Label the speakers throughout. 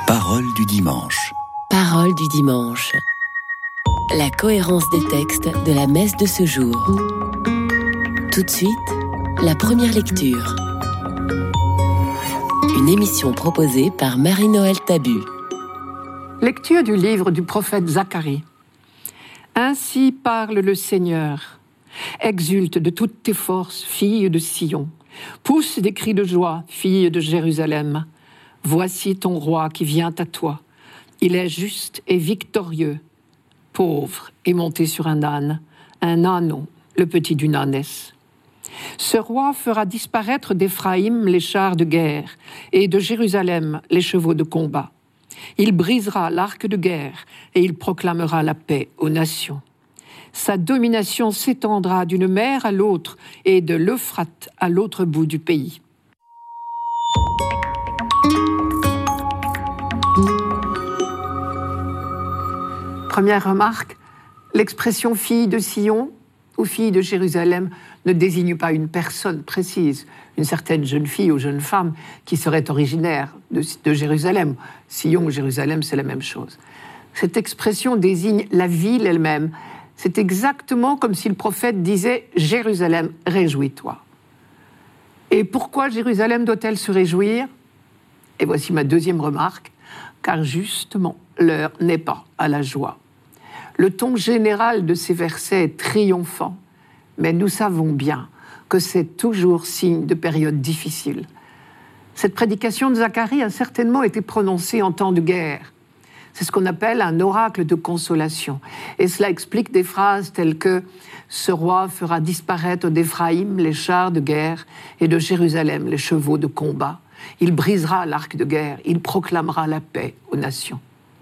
Speaker 1: Parole du dimanche.
Speaker 2: Parole du dimanche. La cohérence des textes de la messe de ce jour. Tout de suite, la première lecture. Une émission proposée par Marie-Noël Tabu.
Speaker 3: Lecture du livre du prophète Zacharie. Ainsi parle le Seigneur. Exulte de toutes tes forces, fille de Sion. Pousse des cris de joie, fille de Jérusalem. Voici ton roi qui vient à toi. Il est juste et victorieux, pauvre et monté sur un ânon, le petit d'une ânesse. Ce roi fera disparaître d'Éphraïm les chars de guerre et de Jérusalem les chevaux de combat. Il brisera l'arc de guerre et il proclamera la paix aux nations. Sa domination s'étendra d'une mer à l'autre et de l'Euphrate à l'autre bout du pays. Première remarque, l'expression « fille de Sion » ou « fille de Jérusalem » ne désigne pas une personne précise, une certaine jeune fille ou jeune femme qui serait originaire de Jérusalem. Sion ou Jérusalem, c'est la même chose. Cette expression désigne la ville elle-même. C'est exactement comme si le prophète disait « Jérusalem, réjouis-toi ». Et pourquoi Jérusalem doit-elle se réjouir ? Et voici ma deuxième remarque, car justement, l'heure n'est pas à la joie. Le ton général de ces versets est triomphant, mais nous savons bien que c'est toujours signe de périodes difficiles. Cette prédication de Zacharie a certainement été prononcée en temps de guerre. C'est ce qu'on appelle un oracle de consolation. Et cela explique des phrases telles que « Ce roi fera disparaître d'Éphraïm les chars de guerre et de Jérusalem les chevaux de combat. Il brisera l'arc de guerre, il proclamera la paix aux nations. »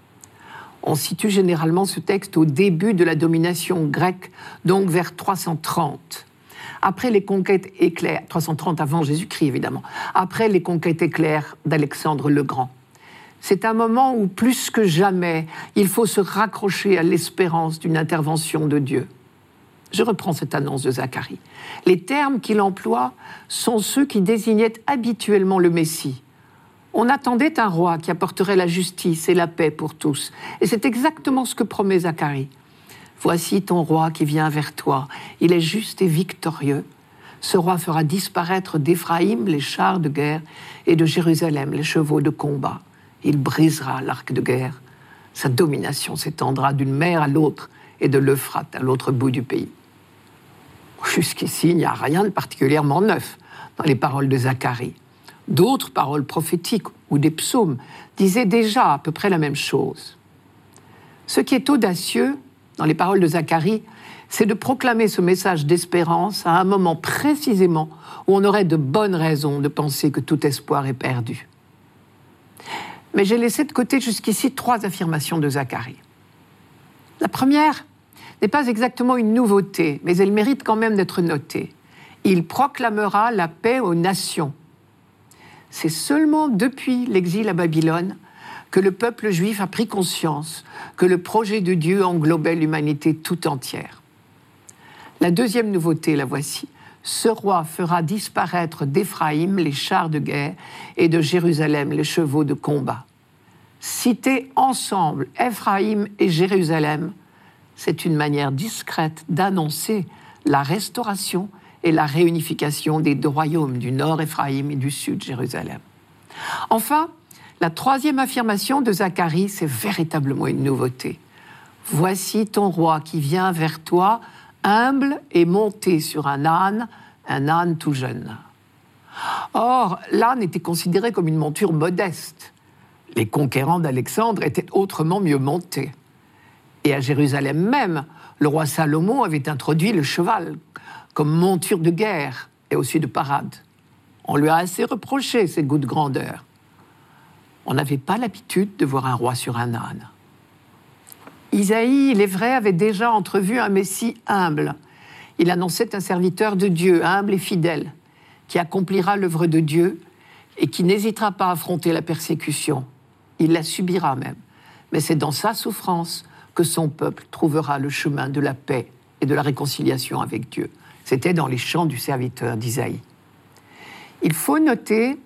Speaker 3: On situe généralement ce texte au début de la domination grecque, donc vers 330. Après les conquêtes éclairs, 330 avant Jésus-Christ évidemment, après les conquêtes éclairs d'Alexandre le Grand. C'est un moment où, plus que jamais, il faut se raccrocher à l'espérance d'une intervention de Dieu. Je reprends cette annonce de Zacharie. Les termes qu'il emploie sont ceux qui désignaient habituellement le Messie. On attendait un roi qui apporterait la justice et la paix pour tous. Et c'est exactement ce que promet Zacharie. Voici ton roi qui vient vers toi. Il est juste et victorieux. Ce roi fera disparaître d'Éphraïm les chars de guerre et de Jérusalem les chevaux de combat. Il brisera l'arc de guerre. Sa domination s'étendra d'une mer à l'autre et de l'Euphrate à l'autre bout du pays. Jusqu'ici, il n'y a rien de particulièrement neuf dans les paroles de Zacharie. D'autres paroles prophétiques ou des psaumes disaient déjà à peu près la même chose. Ce qui est audacieux dans les paroles de Zacharie, c'est de proclamer ce message d'espérance à un moment précisément où on aurait de bonnes raisons de penser que tout espoir est perdu. Mais j'ai laissé de côté jusqu'ici 3 affirmations de Zacharie. La première n'est pas exactement une nouveauté, mais elle mérite quand même d'être notée. Il proclamera la paix aux nations. C'est seulement depuis l'exil à Babylone que le peuple juif a pris conscience que le projet de Dieu englobait l'humanité tout entière. La deuxième nouveauté, la voici. Ce roi fera disparaître d'Éphraïm les chars de guerre et de Jérusalem les chevaux de combat. Citer ensemble Éphraïm et Jérusalem, c'est une manière discrète d'annoncer la restauration et la réunification des 2 royaumes du nord Éphraïm et du sud Jérusalem. Enfin, la 3e affirmation de Zacharie, c'est véritablement une nouveauté. Voici ton roi qui vient vers toi, humble et monté sur un âne tout jeune. Or, l'âne était considéré comme une monture modeste. Les conquérants d'Alexandre étaient autrement mieux montés. Et à Jérusalem même, le roi Salomon avait introduit le cheval comme monture de guerre et aussi de parade. On lui a assez reproché ses goûts de grandeur. On n'avait pas l'habitude de voir un roi sur un âne. Isaïe, il est vrai, avait déjà entrevu un Messie humble. Il annonçait un serviteur de Dieu, humble et fidèle, qui accomplira l'œuvre de Dieu et qui n'hésitera pas à affronter la persécution. Il la subira même. Mais c'est dans sa souffrance que son peuple trouvera le chemin de la paix et de la réconciliation avec Dieu. C'était dans les chants du serviteur d'Isaïe. Il faut noter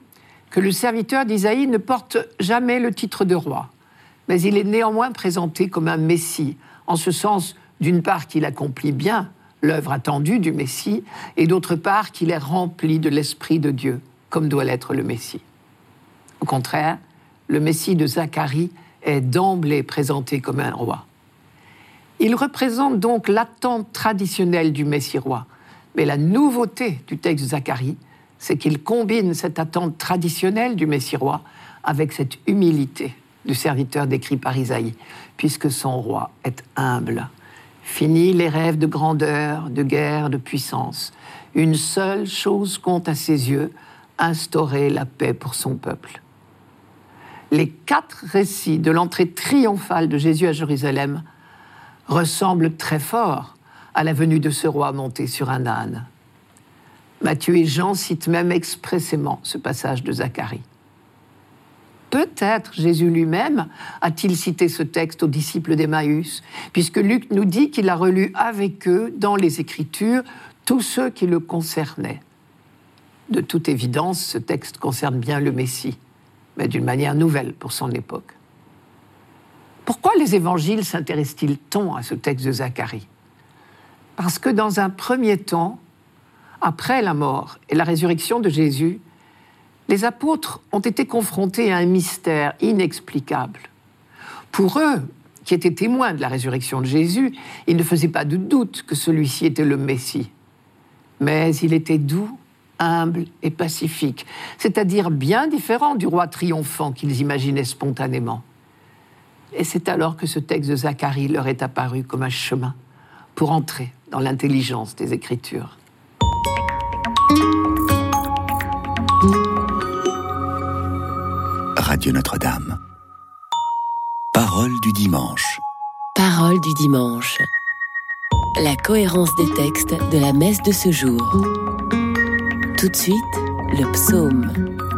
Speaker 3: que le serviteur d'Isaïe ne porte jamais le titre de roi, mais il est néanmoins présenté comme un Messie, en ce sens, d'une part, qu'il accomplit bien l'œuvre attendue du Messie, et d'autre part, qu'il est rempli de l'Esprit de Dieu, comme doit l'être le Messie. Au contraire, le Messie de Zacharie est d'emblée présenté comme un roi. Il représente donc l'attente traditionnelle du Messie-roi, mais la nouveauté du texte de Zacharie, c'est qu'il combine cette attente traditionnelle du Messie-roi avec cette humilité du serviteur décrit par Isaïe, puisque son roi est humble. Fini les rêves de grandeur, de guerre, de puissance. Une seule chose compte à ses yeux, instaurer la paix pour son peuple. Les 4 récits de l'entrée triomphale de Jésus à Jérusalem ressemblent très fort à la venue de ce roi monté sur un âne. Matthieu et Jean citent même expressément ce passage de Zacharie. Peut-être Jésus lui-même a-t-il cité ce texte aux disciples d'Emmaüs, puisque Luc nous dit qu'il a relu avec eux, dans les Écritures, tous ceux qui le concernaient. De toute évidence, ce texte concerne bien le Messie, mais d'une manière nouvelle pour son époque. Pourquoi les évangiles s'intéressent-ils tant à ce texte de Zacharie ? Parce que dans un premier temps, après la mort et la résurrection de Jésus, les apôtres ont été confrontés à un mystère inexplicable. Pour eux, qui étaient témoins de la résurrection de Jésus, il ne faisait pas de doute que celui-ci était le Messie. Mais il était doux, humble et pacifique, c'est-à-dire bien différent du roi triomphant qu'ils imaginaient spontanément. Et c'est alors que ce texte de Zacharie leur est apparu comme un chemin pour entrer dans l'intelligence des Écritures.
Speaker 1: Radio Notre-Dame. Parole du dimanche.
Speaker 2: Parole du dimanche. La cohérence des textes de la messe de ce jour. Tout de suite, le psaume.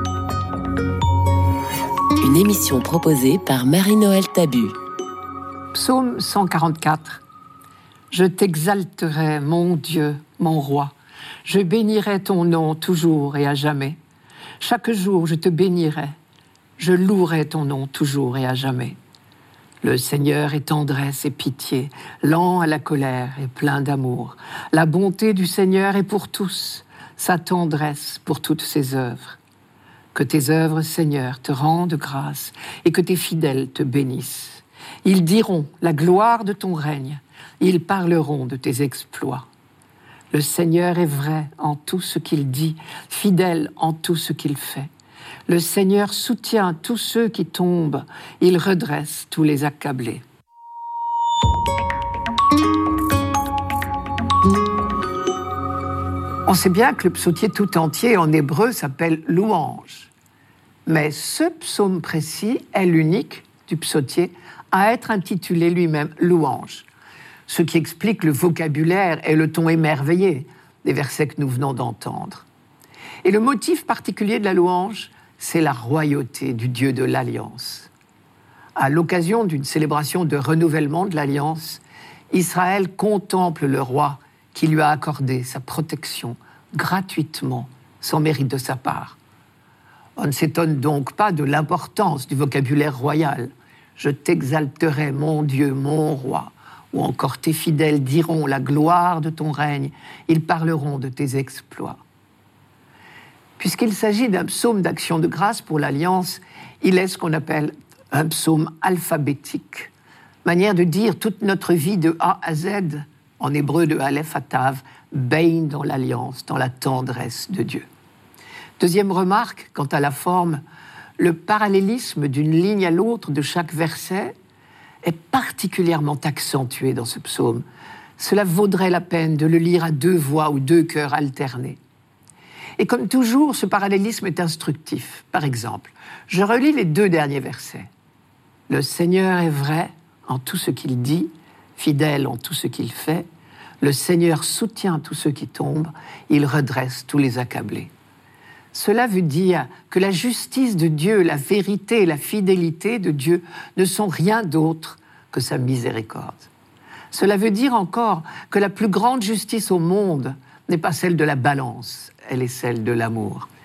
Speaker 2: Une émission proposée par Marie-Noël Tabu.
Speaker 3: Psaume 144. Je t'exalterai, mon Dieu, mon roi. Je bénirai ton nom toujours et à jamais. Chaque jour, je te bénirai. Je louerai ton nom toujours et à jamais. Le Seigneur est tendresse et pitié, lent à la colère et plein d'amour. La bonté du Seigneur est pour tous, sa tendresse pour toutes ses œuvres. Que tes œuvres, Seigneur, te rendent grâce et que tes fidèles te bénissent. Ils diront la gloire de ton règne, ils parleront de tes exploits. Le Seigneur est vrai en tout ce qu'il dit, fidèle en tout ce qu'il fait. Le Seigneur soutient tous ceux qui tombent, il redresse tous les accablés. On sait bien que le psautier tout entier en hébreu s'appelle louange. Mais ce psaume précis est l'unique du psautier à être intitulé lui-même louange. Ce qui explique le vocabulaire et le ton émerveillé des versets que nous venons d'entendre. Et le motif particulier de la louange, c'est la royauté du Dieu de l'Alliance. À l'occasion d'une célébration de renouvellement de l'Alliance, Israël contemple le roi qui lui a accordé sa protection gratuitement, sans mérite de sa part. On ne s'étonne donc pas de l'importance du vocabulaire royal. Je t'exalterai, mon Dieu, mon roi. Ou encore tes fidèles diront la gloire de ton règne. Ils parleront de tes exploits. Puisqu'il s'agit d'un psaume d'action de grâce pour l'Alliance, il est ce qu'on appelle un psaume alphabétique. Manière de dire toute notre vie de A à Z, en hébreu de Aleph à Tav, baigne dans l'Alliance, dans la tendresse de Dieu. Deuxième remarque, quant à la forme, le parallélisme d'une ligne à l'autre de chaque verset est particulièrement accentué dans ce psaume. Cela vaudrait la peine de le lire à 2 voix ou 2 chœurs alternés. Et comme toujours, ce parallélisme est instructif. Par exemple, je relis les 2 derniers versets. Le Seigneur est vrai en tout ce qu'il dit, fidèle en tout ce qu'il fait. Le Seigneur soutient tous ceux qui tombent, il redresse tous les accablés. Cela veut dire que la justice de Dieu, la vérité et la fidélité de Dieu ne sont rien d'autre que sa miséricorde. Cela veut dire encore que la plus grande justice au monde n'est pas celle de la balance, elle est celle de l'amour.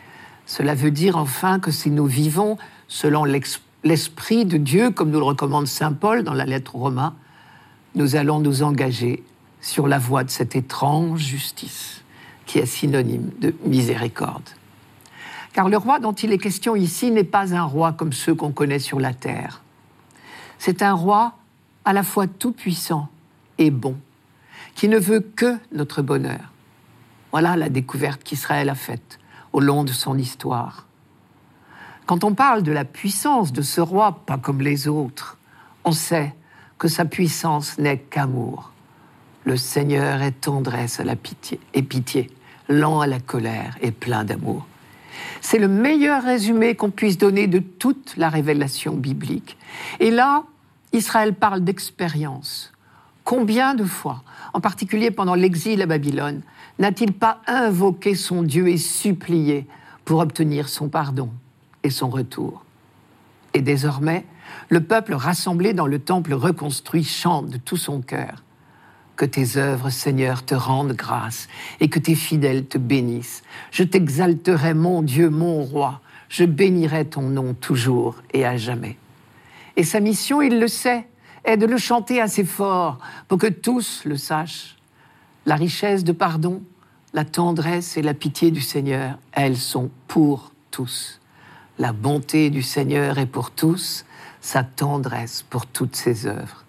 Speaker 3: Cela veut dire enfin que si nous vivons selon l'Esprit de Dieu, comme nous le recommande saint Paul dans la lettre aux Romains, nous allons nous engager sur la voie de cette étrange justice qui est synonyme de miséricorde. Car le roi dont il est question ici n'est pas un roi comme ceux qu'on connaît sur la terre. C'est un roi à la fois tout-puissant et bon, qui ne veut que notre bonheur. Voilà la découverte qu'Israël a faite au long de son histoire. Quand on parle de la puissance de ce roi, pas comme les autres, on sait que sa puissance n'est qu'amour. Le Seigneur est tendresse à la pitié, et pitié, lent à la colère et plein d'amour. C'est le meilleur résumé qu'on puisse donner de toute la révélation biblique. Et là, Israël parle d'expérience. Combien de fois, en particulier pendant l'exil à Babylone, n'a-t-il pas invoqué son Dieu et supplié pour obtenir son pardon et son retour? Et désormais, le peuple rassemblé dans le temple reconstruit chante de tout son cœur. Que tes œuvres, Seigneur, te rendent grâce et que tes fidèles te bénissent. Je t'exalterai, mon Dieu, mon roi. Je bénirai ton nom toujours et à jamais. Et sa mission, il le sait, est de le chanter assez fort pour que tous le sachent. La richesse de pardon, la tendresse et la pitié du Seigneur, elles sont pour tous. La bonté du Seigneur est pour tous, sa tendresse pour toutes ses œuvres.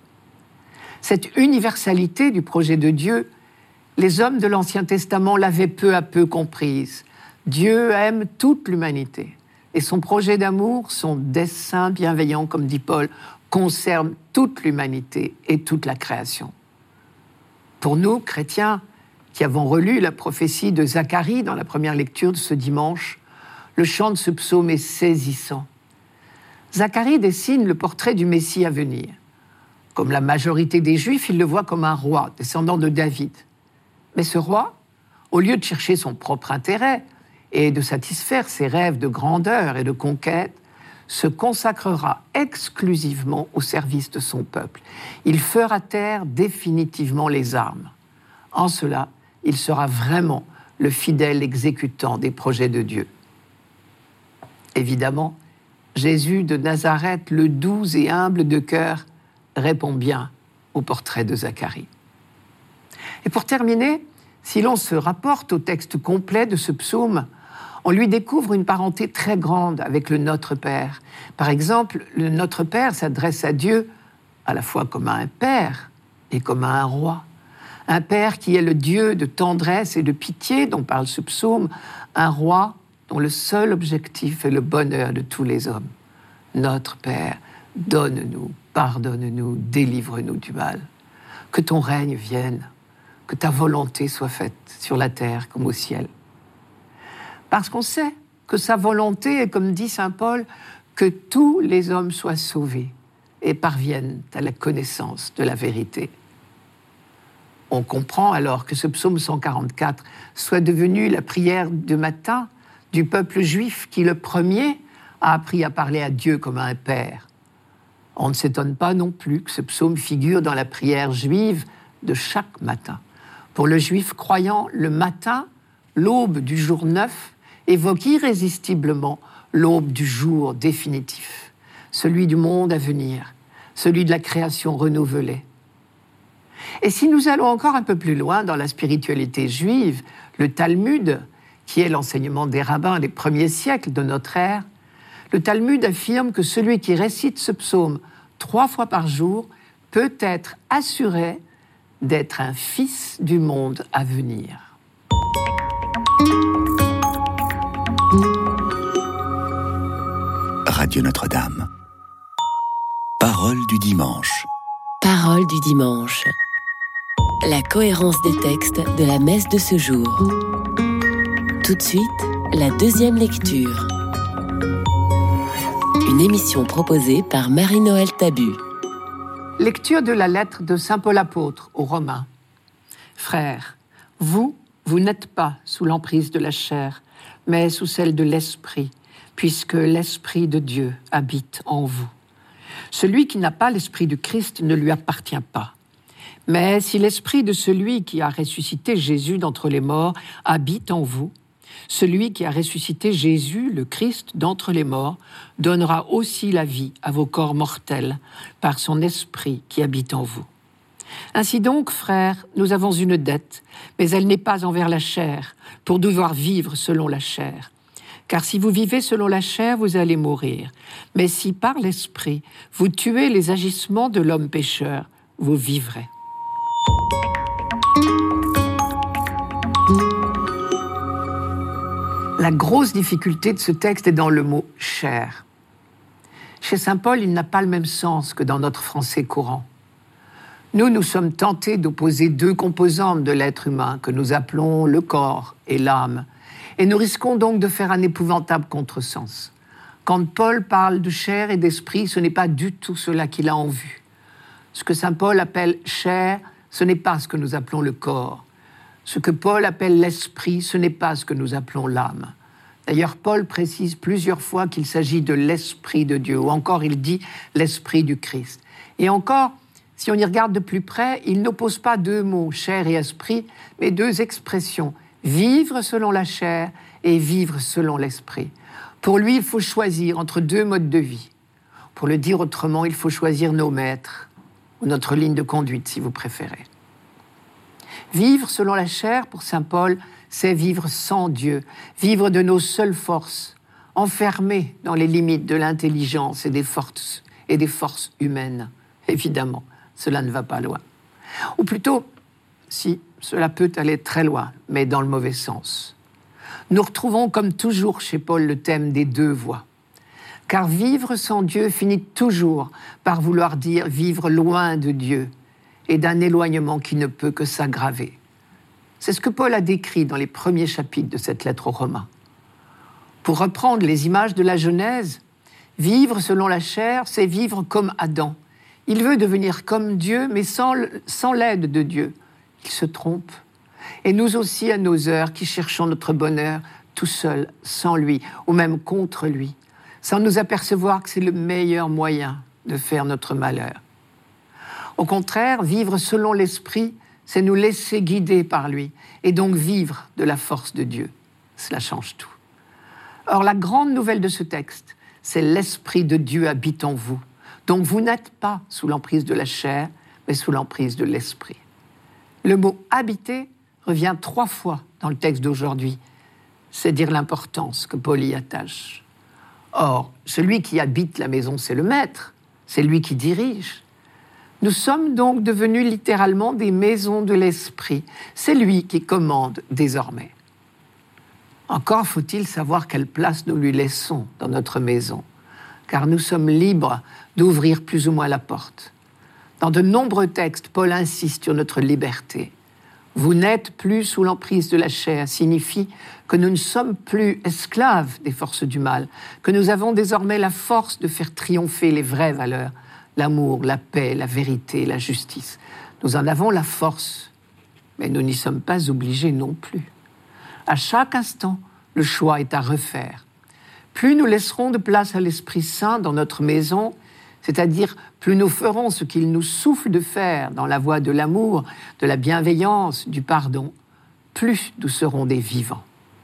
Speaker 3: Cette universalité du projet de Dieu, les hommes de l'Ancien Testament l'avaient peu à peu comprise. Dieu aime toute l'humanité et son projet d'amour, son dessein bienveillant, comme dit Paul, concerne toute l'humanité et toute la création. Pour nous, chrétiens, qui avons relu la prophétie de Zacharie dans la première lecture de ce dimanche, le chant de ce psaume est saisissant. Zacharie dessine le portrait du Messie à venir. Comme la majorité des Juifs, il le voit comme un roi, descendant de David. Mais ce roi, au lieu de chercher son propre intérêt et de satisfaire ses rêves de grandeur et de conquête, se consacrera exclusivement au service de son peuple. Il fera taire définitivement les armes. En cela, il sera vraiment le fidèle exécutant des projets de Dieu. Évidemment, Jésus de Nazareth, le doux et humble de cœur, répond bien au portrait de Zacharie. Et pour terminer, si l'on se rapporte au texte complet de ce psaume, on lui découvre une parenté très grande avec le Notre Père. Par exemple, le Notre Père s'adresse à Dieu à la fois comme à un père et comme à un roi. Un père qui est le Dieu de tendresse et de pitié dont parle ce psaume, un roi dont le seul objectif est le bonheur de tous les hommes. Notre Père, donne-nous, pardonne-nous, délivre-nous du mal. Que ton règne vienne, que ta volonté soit faite sur la terre comme au ciel. Parce qu'on sait que sa volonté est, comme dit saint Paul, que tous les hommes soient sauvés et parviennent à la connaissance de la vérité. On comprend alors que ce psaume 144 soit devenu la prière de matin du peuple juif qui, le premier, a appris à parler à Dieu comme à un père. On ne s'étonne pas non plus que ce psaume figure dans la prière juive de chaque matin. Pour le juif croyant, le matin, l'aube du jour neuf, évoque irrésistiblement l'aube du jour définitif, celui du monde à venir, celui de la création renouvelée. Et si nous allons encore un peu plus loin dans la spiritualité juive, le Talmud, qui est l'enseignement des rabbins des premiers siècles de notre ère, le Talmud affirme que celui qui récite ce psaume 3 fois par jour peut être assuré d'être un fils du monde à venir.
Speaker 1: Radio Notre-Dame. Parole du dimanche.
Speaker 2: Parole du dimanche. La cohérence des textes de la messe de ce jour. Tout de suite, la deuxième lecture. Une émission proposée par Marie-Noël Tabu.
Speaker 3: Lecture de la lettre de saint Paul apôtre aux Romains. Frères, vous n'êtes pas sous l'emprise de la chair, mais sous celle de l'esprit, puisque l'esprit de Dieu habite en vous. Celui qui n'a pas l'esprit du Christ ne lui appartient pas. Mais si l'esprit de celui qui a ressuscité Jésus d'entre les morts habite en vous, Celui qui a ressuscité Jésus, le Christ, d'entre les morts, donnera aussi la vie à vos corps mortels par son esprit qui habite en vous. Ainsi donc, frères, nous avons une dette, mais elle n'est pas envers la chair, pour devoir vivre selon la chair. Car si vous vivez selon la chair, vous allez mourir. Mais si par l'esprit, vous tuez les agissements de l'homme pécheur, vous vivrez. La grosse difficulté de ce texte est dans le mot « chair ». Chez saint Paul, il n'a pas le même sens que dans notre français courant. Nous sommes tentés d'opposer deux composantes de l'être humain que nous appelons le corps et l'âme, et nous risquons donc de faire un épouvantable contresens. Quand Paul parle de chair et d'esprit, ce n'est pas du tout cela qu'il a en vue. Ce que saint Paul appelle chair, ce n'est pas ce que nous appelons le corps. Ce que Paul appelle l'esprit, ce n'est pas ce que nous appelons l'âme. D'ailleurs, Paul précise plusieurs fois qu'il s'agit de l'esprit de Dieu, ou encore il dit l'esprit du Christ. Et encore, si on y regarde de plus près, il n'oppose pas deux mots, chair et esprit, mais deux expressions, vivre selon la chair et vivre selon l'esprit. Pour lui, il faut choisir entre deux modes de vie. Pour le dire autrement, il faut choisir nos maîtres, ou notre ligne de conduite, si vous préférez. Vivre selon la chair, pour saint Paul, c'est vivre sans Dieu, vivre de nos seules forces, enfermés dans les limites de l'intelligence et des forces humaines. Évidemment, cela ne va pas loin. Ou plutôt, si, cela peut aller très loin, mais dans le mauvais sens. Nous retrouvons comme toujours chez Paul le thème des deux voies. Car vivre sans Dieu finit toujours par vouloir dire vivre loin de Dieu, et d'un éloignement qui ne peut que s'aggraver. C'est ce que Paul a décrit dans les premiers chapitres de cette lettre aux Romains. Pour reprendre les images de la Genèse, vivre selon la chair, c'est vivre comme Adam. Il veut devenir comme Dieu, mais sans l'aide de Dieu. Il se trompe. Et nous aussi, à nos heures, qui cherchons notre bonheur tout seuls, sans lui, ou même contre lui, sans nous apercevoir que c'est le meilleur moyen de faire notre malheur. Au contraire, vivre selon l'esprit, c'est nous laisser guider par lui, et donc vivre de la force de Dieu. Cela change tout. Or, la grande nouvelle de ce texte, c'est l'esprit de Dieu habite en vous. Donc vous n'êtes pas sous l'emprise de la chair, mais sous l'emprise de l'esprit. Le mot « habiter » revient 3 fois dans le texte d'aujourd'hui. C'est dire l'importance que Paul y attache. Or, celui qui habite la maison, c'est le maître, c'est lui qui dirige. Nous sommes donc devenus littéralement des maisons de l'esprit. C'est lui qui commande désormais. Encore faut-il savoir quelle place nous lui laissons dans notre maison, car nous sommes libres d'ouvrir plus ou moins la porte. Dans de nombreux textes, Paul insiste sur notre liberté. Vous n'êtes plus sous l'emprise de la chair signifie que nous ne sommes plus esclaves des forces du mal, que nous avons désormais la force de faire triompher les vraies valeurs, l'amour, la paix, la vérité, la justice. Nous en avons la force, mais nous n'y sommes pas obligés non plus. À chaque instant, le choix est à refaire. Plus nous laisserons de place à l'Esprit Saint dans notre maison, c'est-à-dire plus nous ferons ce qu'il nous souffle de faire dans la voie de l'amour, de la bienveillance, du pardon, plus nous serons des vivants.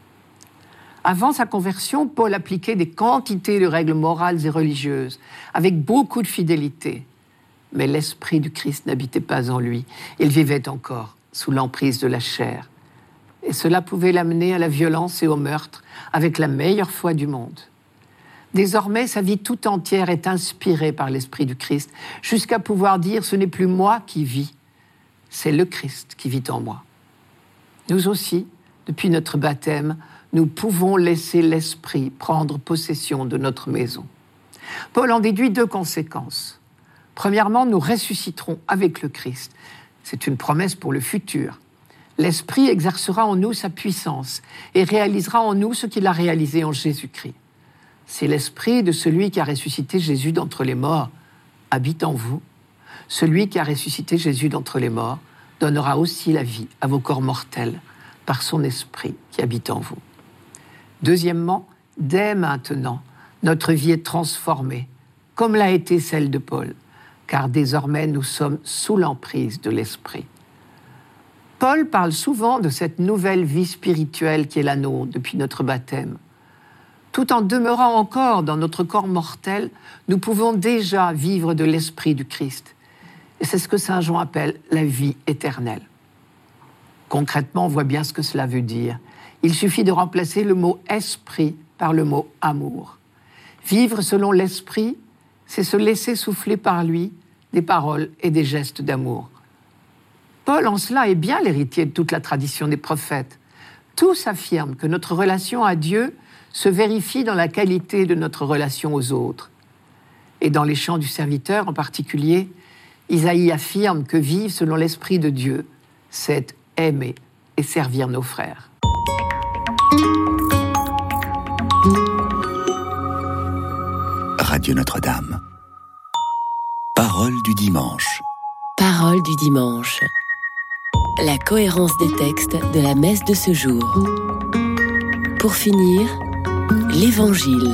Speaker 3: Avant sa conversion, Paul appliquait des quantités de règles morales et religieuses, avec beaucoup de fidélité. Mais l'esprit du Christ n'habitait pas en lui. Il vivait encore sous l'emprise de la chair. Et cela pouvait l'amener à la violence et au meurtre, avec la meilleure foi du monde. Désormais, sa vie tout entière est inspirée par l'esprit du Christ, jusqu'à pouvoir dire « ce n'est plus moi qui vis, c'est le Christ qui vit en moi ». Nous aussi, depuis notre baptême, nous pouvons laisser l'esprit prendre possession de notre maison. Paul en déduit 2 conséquences. Premièrement, nous ressusciterons avec le Christ. C'est une promesse pour le futur. L'esprit exercera en nous sa puissance et réalisera en nous ce qu'il a réalisé en Jésus-Christ. Si l'esprit de celui qui a ressuscité Jésus d'entre les morts habite en vous, celui qui a ressuscité Jésus d'entre les morts donnera aussi la vie à vos corps mortels par son esprit qui habite en vous. Deuxièmement, dès maintenant, notre vie est transformée, comme l'a été celle de Paul, car désormais nous sommes sous l'emprise de l'esprit. Paul parle souvent de cette nouvelle vie spirituelle qui est la nôtre depuis notre baptême. Tout en demeurant encore dans notre corps mortel, nous pouvons déjà vivre de l'esprit du Christ. Et c'est ce que saint Jean appelle la vie éternelle. Concrètement, on voit bien ce que cela veut dire. Il suffit de remplacer le mot « esprit » par le mot « amour ». Vivre selon l'esprit, c'est se laisser souffler par lui des paroles et des gestes d'amour. Paul, en cela, est bien l'héritier de toute la tradition des prophètes. Tous affirment que notre relation à Dieu se vérifie dans la qualité de notre relation aux autres. Et dans les chants du serviteur en particulier, Isaïe affirme que vivre selon l'esprit de Dieu, c'est aimer et servir nos frères.
Speaker 1: Radio Notre-Dame. Parole du dimanche.
Speaker 2: Parole du dimanche. La cohérence des textes de la messe de ce jour. Pour finir, l'Évangile.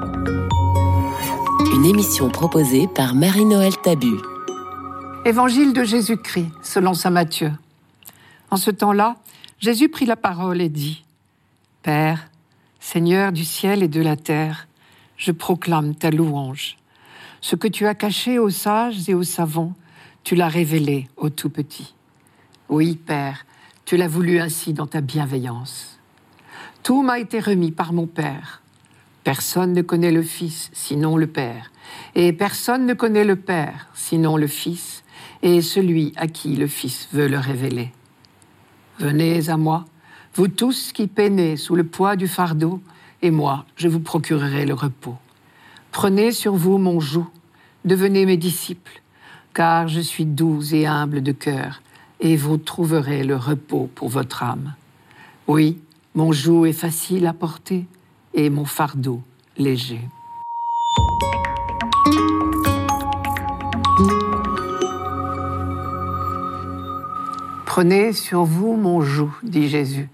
Speaker 2: Une émission proposée par Marie-Noël Tabu.
Speaker 3: Évangile de Jésus-Christ, selon saint Matthieu. En ce temps-là, Jésus prit la parole et dit : « Père, Seigneur du ciel et de la terre, je proclame ta louange. Ce que tu as caché aux sages et aux savants, tu l'as révélé aux tout-petits. Oui, Père, tu l'as voulu ainsi dans ta bienveillance. Tout m'a été remis par mon Père. Personne ne connaît le Fils, sinon le Père. Et personne ne connaît le Père, sinon le Fils, et celui à qui le Fils veut le révéler. Venez à moi, vous tous qui peinez sous le poids du fardeau, et moi, je vous procurerai le repos. Prenez sur vous mon joug, devenez mes disciples, car je suis doux et humble de cœur, et vous trouverez le repos pour votre âme. Oui, mon joug est facile à porter, et mon fardeau léger. Prenez sur vous mon joug, dit Jésus.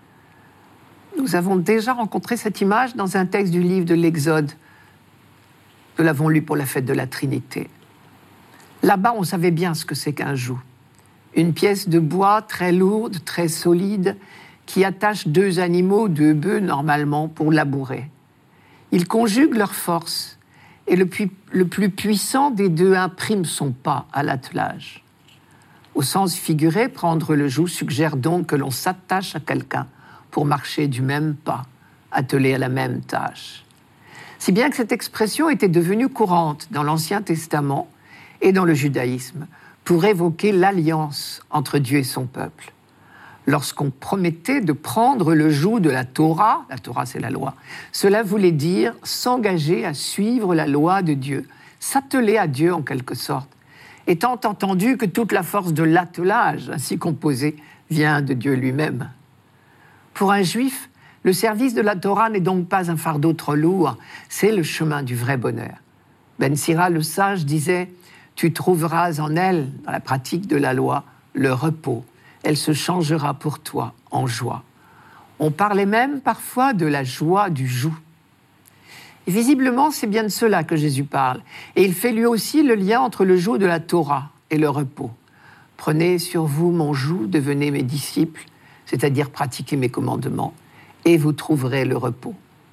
Speaker 3: Nous avons déjà rencontré cette image dans un texte du livre de l'Exode. Nous l'avons lu pour la fête de la Trinité. Là-bas, on savait bien ce que c'est qu'un joug. Une pièce de bois très lourde, très solide, qui attache deux animaux, deux bœufs normalement, pour labourer. Ils conjuguent leurs forces et le plus puissant des deux imprime son pas à l'attelage. Au sens figuré, prendre le joug suggère donc que l'on s'attache à quelqu'un pour marcher du même pas, attelé à la même tâche. Si bien que cette expression était devenue courante dans l'Ancien Testament et dans le judaïsme pour évoquer l'alliance entre Dieu et son peuple. Lorsqu'on promettait de prendre le joug de la Torah c'est la loi, cela voulait dire s'engager à suivre la loi de Dieu, s'atteler à Dieu en quelque sorte, étant entendu que toute la force de l'attelage ainsi composée vient de Dieu lui-même. Pour un juif, le service de la Torah n'est donc pas un fardeau trop lourd, c'est le chemin du vrai bonheur. Ben Sira le sage disait « Tu trouveras en elle, dans la pratique de la loi, le repos. Elle se changera pour toi en joie. » On parlait même parfois de la joie du joug. Et visiblement, c'est bien de cela que Jésus parle. Et il fait lui aussi le lien entre le joug de la Torah et le repos. « Prenez sur vous mon joug, devenez mes disciples, c'est-à-dire pratiquez mes commandements, et vous trouverez le repos. »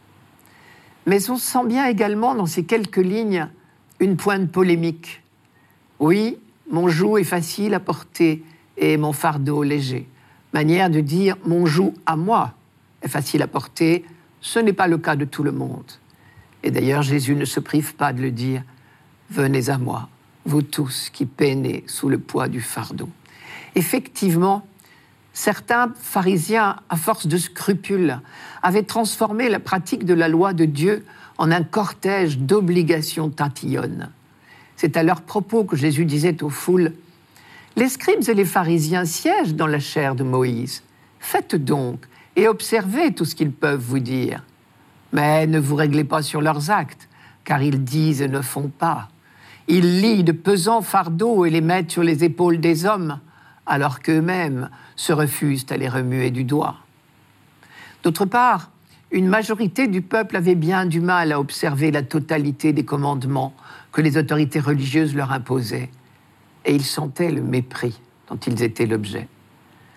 Speaker 3: Mais on sent bien également dans ces quelques lignes une pointe polémique. Oui, mon joug est facile à porter et mon fardeau léger. Manière de dire mon joug à moi est facile à porter, ce n'est pas le cas de tout le monde. Et d'ailleurs, Jésus ne se prive pas de le dire. Venez à moi, vous tous qui peinez sous le poids du fardeau. Effectivement, certains pharisiens, à force de scrupules, avaient transformé la pratique de la loi de Dieu en un cortège d'obligations tatillonnes. C'est à leur propos que Jésus disait aux foules « Les scribes et les pharisiens siègent dans la chair de Moïse. Faites donc et observez tout ce qu'ils peuvent vous dire. Mais ne vous réglez pas sur leurs actes, car ils disent et ne font pas. Ils lient de pesants fardeaux et les mettent sur les épaules des hommes, alors qu'eux-mêmes se refusent à les remuer du doigt. » D'autre part, une majorité du peuple avait bien du mal à observer la totalité des commandements que les autorités religieuses leur imposaient, et ils sentaient le mépris dont ils étaient l'objet.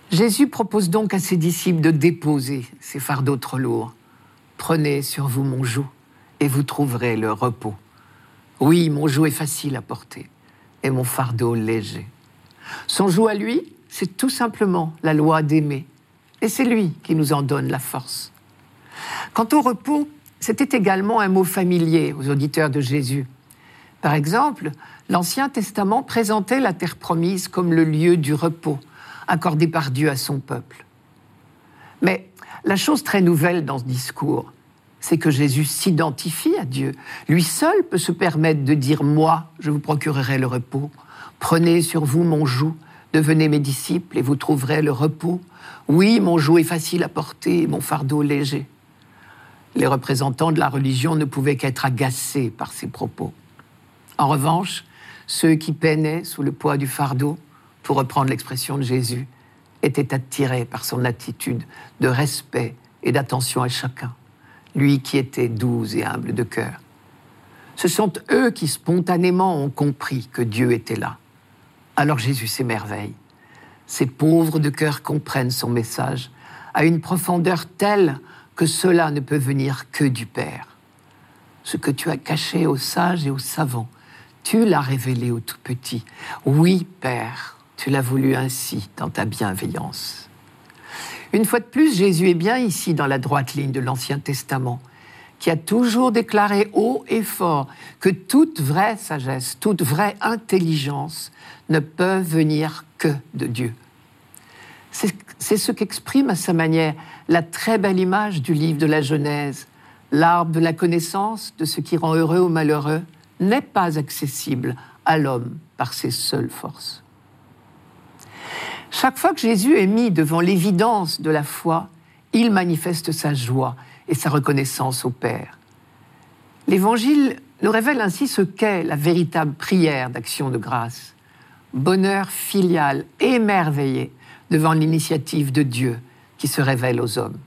Speaker 3: Jésus propose donc à ses disciples de déposer ces fardeaux trop lourds. « Prenez sur vous mon joug et vous trouverez le repos. Oui, mon joug est facile à porter et mon fardeau léger. » Son joug à lui, c'est tout simplement la loi d'aimer. Et c'est lui qui nous en donne la force. Quant au repos, c'était également un mot familier aux auditeurs de Jésus. Par exemple, l'Ancien Testament présentait la terre promise comme le lieu du repos, accordé par Dieu à son peuple. Mais la chose très nouvelle dans ce discours, c'est que Jésus s'identifie à Dieu. Lui seul peut se permettre de dire « Moi, je vous procurerai le repos. Prenez sur vous mon joug, devenez mes disciples et vous trouverez le repos. Oui, mon joug est facile à porter et mon fardeau léger. » Les représentants de la religion ne pouvaient qu'être agacés par ces propos. En revanche, ceux qui peinaient sous le poids du fardeau, pour reprendre l'expression de Jésus, étaient attirés par son attitude de respect et d'attention à chacun, lui qui était doux et humble de cœur. Ce sont eux qui spontanément ont compris que Dieu était là. Alors Jésus s'émerveille. Ces pauvres de cœur comprennent son message à une profondeur telle que cela ne peut venir que du Père. Ce que tu as caché aux sages et aux savants, tu l'as révélé aux tout petits. Oui, Père, tu l'as voulu ainsi dans ta bienveillance. Une fois de plus, Jésus est bien ici dans la droite ligne de l'Ancien Testament, qui a toujours déclaré haut et fort que toute vraie sagesse, toute vraie intelligence ne peuvent venir que de Dieu. C'est ce qu'exprime à sa manière la très belle image du livre de la Genèse. L'arbre de la connaissance de ce qui rend heureux ou malheureux n'est pas accessible à l'homme par ses seules forces. Chaque fois que Jésus est mis devant l'évidence de la foi, il manifeste sa joie et sa reconnaissance au Père. L'Évangile nous révèle ainsi ce qu'est la véritable prière d'action de grâce. Bonheur filial émerveillé devant l'initiative de Dieu qui se révèle aux hommes.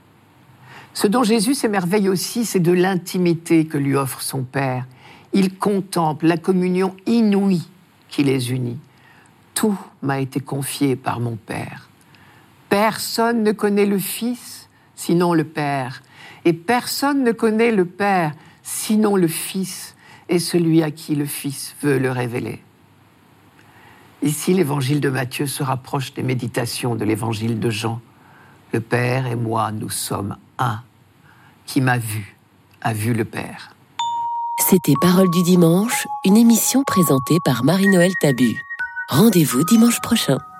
Speaker 3: Ce dont Jésus s'émerveille aussi, c'est de l'intimité que lui offre son Père. Il contemple la communion inouïe qui les unit. Tout m'a été confié par mon Père. Personne ne connaît le Fils sinon le Père. Et personne ne connaît le Père sinon le Fils et celui à qui le Fils veut le révéler. Ici, l'évangile de Matthieu se rapproche des méditations de l'évangile de Jean. Le Père et moi, nous sommes un. Qui m'a vu, a vu le Père.
Speaker 2: C'était Parole du dimanche, une émission présentée par Marie-Noël Tabu. Rendez-vous dimanche prochain.